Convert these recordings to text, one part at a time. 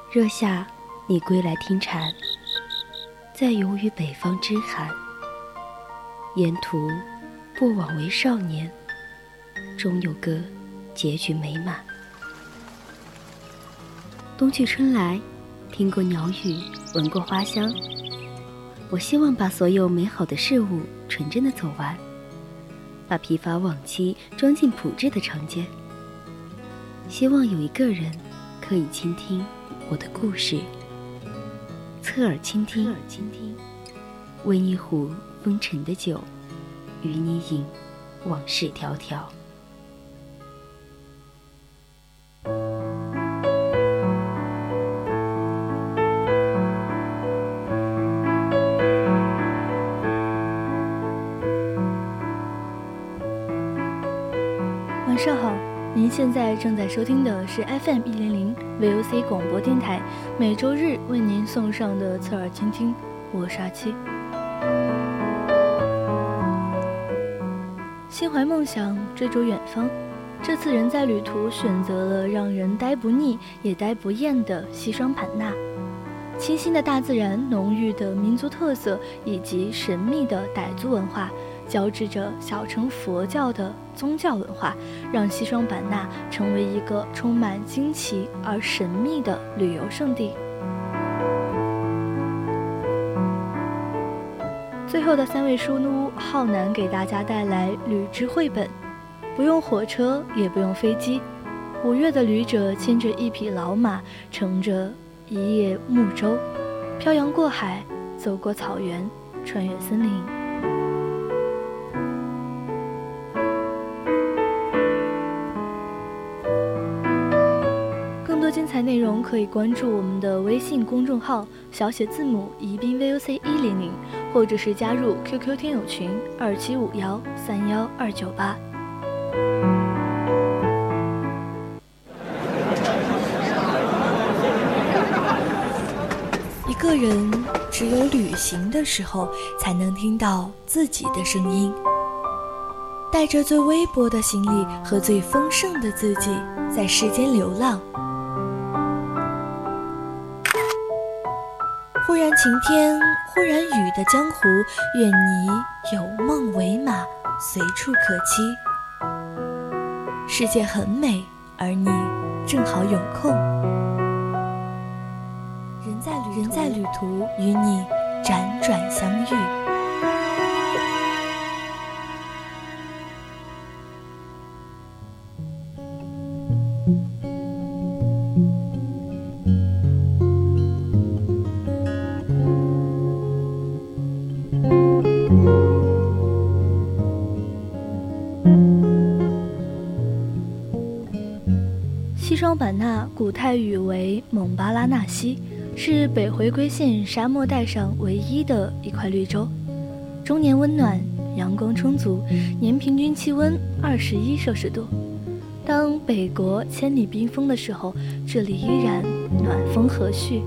热夏，你归来听蝉，在游于北方之寒。沿途不枉为少年，终有个结局美满。冬去春来，听过鸟语，闻过花香。我希望把所有美好的事物纯真的走完，把疲乏往期装进朴质的长街。希望有一个人可以倾听我的故事，侧耳倾听，温一壶风尘的酒，与你饮往事迢迢。 晚上好，您现在正在收听的是 FM100 VOC 广播电台，每周日为您送上的侧耳倾听，我是阿七。心怀梦想，追逐远方，这次人在旅途选择了让人呆不腻也呆不厌的西双版纳。清新的大自然，浓郁的民族特色以及神秘的傣族文化，交织着小乘佛教的宗教文化，让西双版纳成为一个充满惊奇而神秘的旅游胜地。最后的3位书屋浩南给大家带来旅之绘本，不用火车也不用飞机，5月的旅者牵着一匹老马，乘着一叶木舟，漂洋过海，走过草原，穿越森林。更多精彩内容可以关注我们的微信公众号小写字母宜宾 VOC100，或者是加入 QQ 听友群2751312298。 一个人只有旅行的时候才能听到自己的声音，带着最微薄的行李和最丰盛的自己在世间流浪。忽然晴天，忽然雨的江湖，愿你有梦为马，随处可栖。世界很美，而你正好有空。人在旅途，与你辗转相遇。 西双版纳古泰语为蒙巴拉纳西，是北回归线沙漠带上唯一的一块绿洲，终年温暖，阳光充足，年平均气温21摄氏度。当北国千里冰封的时候，这里依然暖风和煦。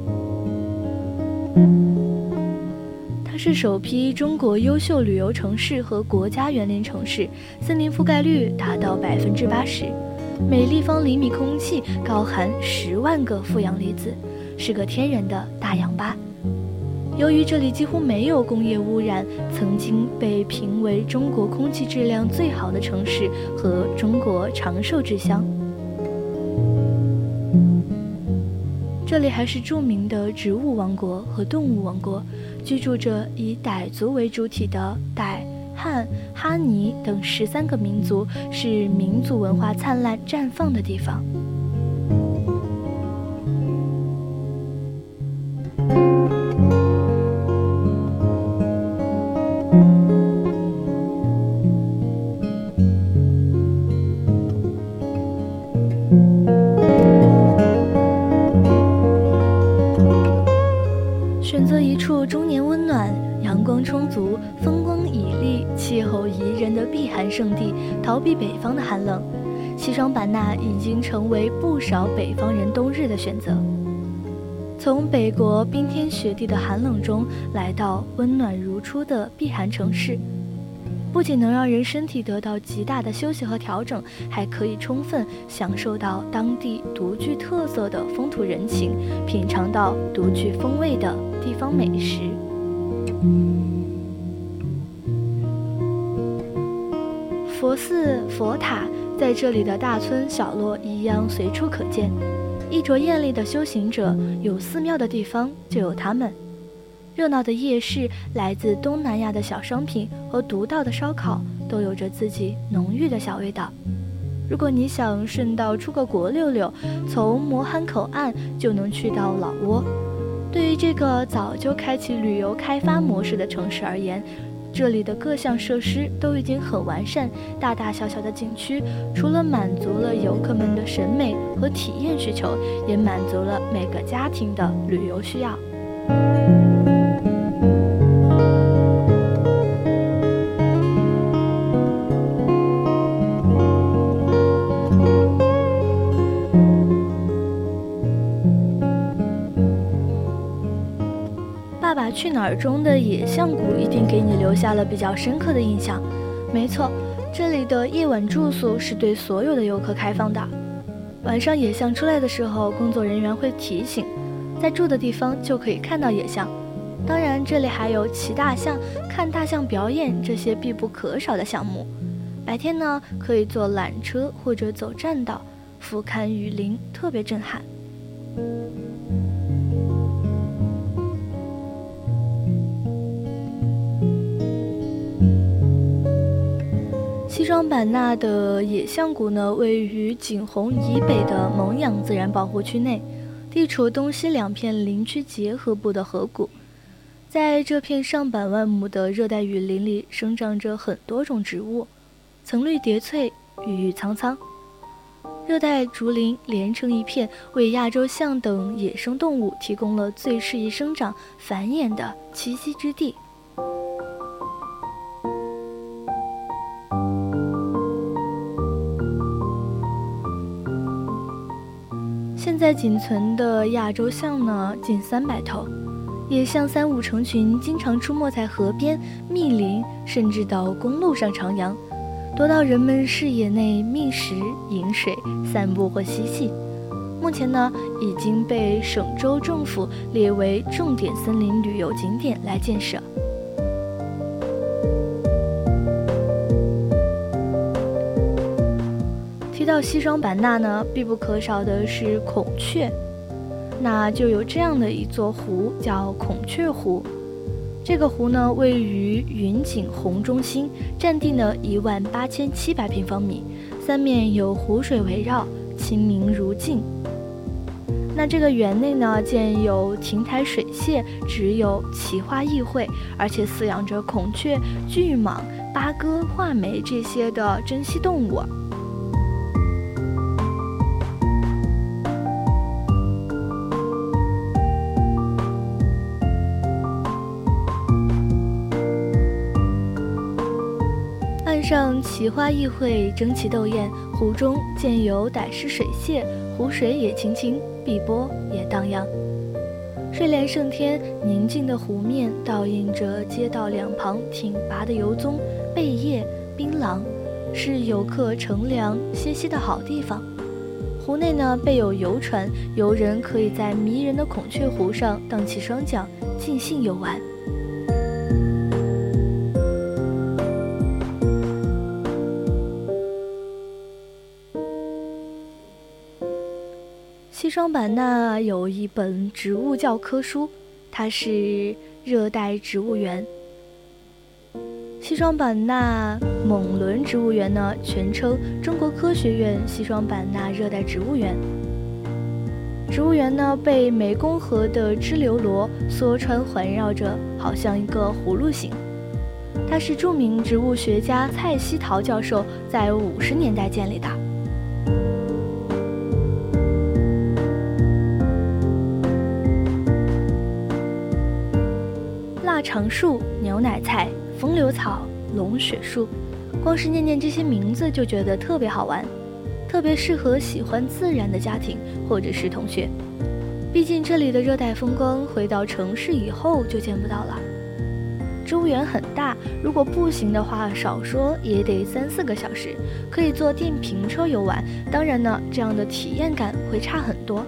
它是首批中国优秀旅游城市和国家园林城市，森林覆盖率达到80%，每立方厘米空气高含10万个负氧离子，是个天然的大氧吧。由于这里几乎没有工业污染，曾经被评为中国空气质量最好的城市和中国长寿之乡。这里还是著名的植物王国和动物王国，居住着以傣族为主体的傣、汉、哈尼等13个民族，是民族文化灿烂绽放的地方。选择一处终年温暖、阳光充足、风光旖旎、气候宜人的避寒胜地，逃避北方的寒冷，西双版纳已经成为不少北方人冬日的选择。从北国冰天雪地的寒冷中来到温暖如初的避寒城市， 不仅能让人身体得到极大的休息和调整，还可以充分享受到当地独具特色的风土人情，品尝到独具风味的地方美食。佛寺、佛塔在这里的大村小落一样随处可见，衣着艳丽的修行者，有寺庙的地方就有他们。热闹的夜市，来自东南亚的小商品和独到的烧烤，都有着自己浓郁的小味道。如果你想顺道出个国溜溜，从磨罕口岸就能去到老挝。对于这个早就开启旅游开发模式的城市而言，这里的各项设施都已经很完善，大大小小的景区除了满足了游客们的审美和体验需求，也满足了每个家庭的旅游需要。《爸爸去哪儿》中的野象谷一定给你留下了比较深刻的印象。没错，这里的夜晚住宿是对所有的游客开放的。晚上野象出来的时候，工作人员会提醒，在住的地方就可以看到野象。当然，这里还有骑大象、看大象表演这些必不可少的项目。白天呢，可以坐缆车或者走栈道，俯瞰雨林，特别震撼。西双版纳的野象谷呢，位于景洪以北的蒙养自然保护区内，地处东西两片林区结合部的河谷。在这片上百万亩的热带雨林里，生长着很多种植物，层绿叠翠，郁郁苍苍。热带竹林连成一片，为亚洲象等野生动物提供了最适宜生长繁衍的栖息之地。现在仅存的亚洲象呢，近300头，野象三五成群，经常出没在河边、密林，甚至到公路上徜徉，多到人们视野内觅食、饮水、散步或嬉戏。目前呢，已经被省州政府列为重点森林旅游景点来建设。提到西双版纳呢，必不可少的是孔雀，那就有这样的一座湖叫孔雀湖。这个湖呢，位于云锦洪中心，占地呢18700平方米，三面有湖水围绕，清明如镜。那这个园内呢，建有亭台水榭，只有奇花异卉，而且饲养着孔雀、巨蟒、八哥、画眉这些的珍稀动物。岸上奇花异卉，争奇斗艳，湖中建有歹湿水榭，湖水也清清，碧波也荡漾。睡莲胜天，宁静的湖面倒映着街道两旁挺拔的油棕、贝叶、槟榔，是游客乘凉歇息的好地方。湖内呢备有游船，游人可以在迷人的孔雀湖上荡起双桨，尽兴游玩。西双版纳有一本植物教科书，它是热带植物园。西双版纳蒙伦植物园呢，全称中国科学院西双版纳热带植物园。植物园呢，被湄公河的支流罗梭川环绕着，好像一个葫芦形。它是著名植物学家蔡希陶教授在50年代建立的。腊肠树、牛奶菜、风流草、龙血树，光是念念这些名字就觉得特别好玩，特别适合喜欢自然的家庭或者是同学。毕竟这里的热带风光回到城市以后就见不到了。 州园很大，如果步行的话，少说也得3-4个小时，可以坐电瓶车游玩。当然呢，这样的体验感会差很多。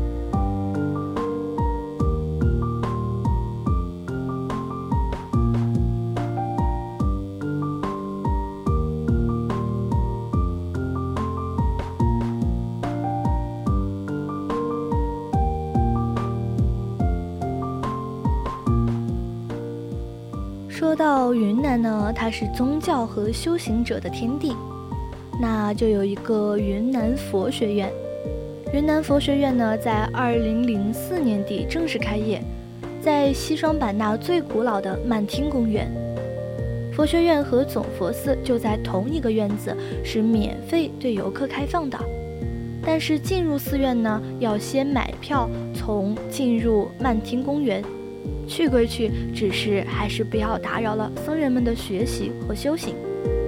说到云南呢，它是宗教和修行者的天地，那就有一个云南佛学院。云南佛学院呢，在2004年底正式开业，在西双版纳最古老的曼听公园。佛学院和总佛寺就在同一个院子，是免费对游客开放的。但是进入寺院呢，要先买票，从进入曼听公园。去归去，只是还是不要打扰了僧人们的学习和修行。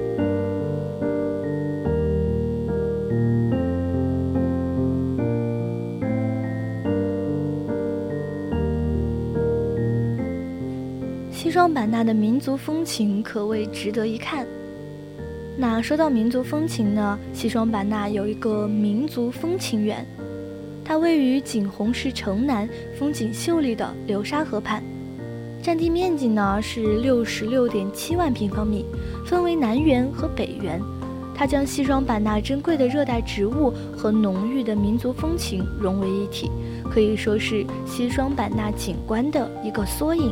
西双版纳的民族风情可谓值得一看。那说到民族风情呢，西双版纳有一个民族风情园，它位于景洪市城南风景秀丽的流沙河畔，占地面积呢是66.7万平方米，分为南园和北园。它将西双版纳珍贵的热带植物和浓郁的民族风情融为一体，可以说是西双版纳景观的一个缩影。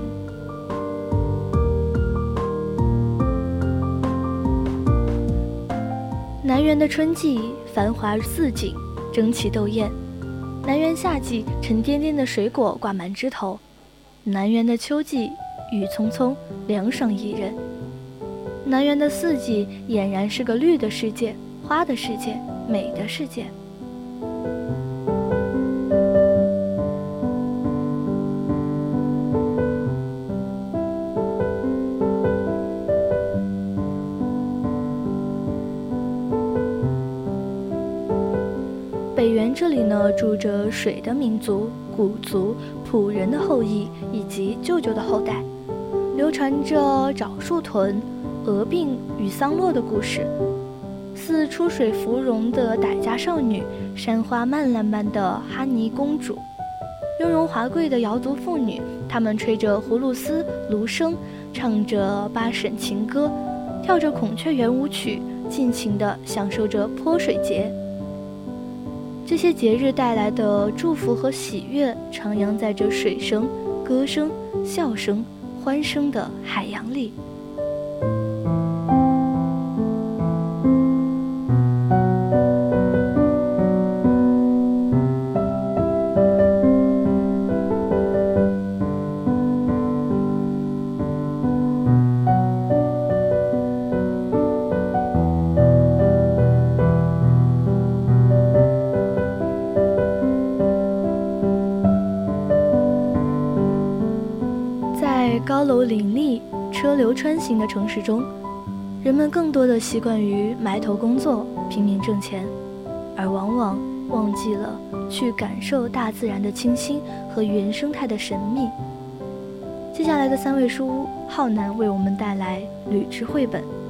南园的春季繁华似锦，争奇斗艳；南园夏季沉甸甸的水果挂满枝头；南园的秋季雨匆匆，凉爽宜人；南园的四季俨然是个绿的世界，花的世界，美的世界。北园这里呢，住着水的民族、古族、仆人的后裔以及舅舅的后代，流传着枣树屯、鹅病与桑洛的故事，似出水芙蓉的傣家少女，山花漫烂般的哈尼公主，雍容华贵的瑶族妇女，她们吹着葫芦丝、芦笙，唱着八婶情歌，跳着孔雀圆舞曲，尽情地享受着泼水节。这些节日带来的祝福和喜悦，徜徉在这水声、歌声、笑声、欢声的海洋里。高楼林立、车流穿行的城市中，人们更多的习惯于埋头工作、拼命挣钱，而往往忘记了去感受大自然的清新和原生态的神秘。接下来的3位书屋，浩南为我们带来《旅之绘本》。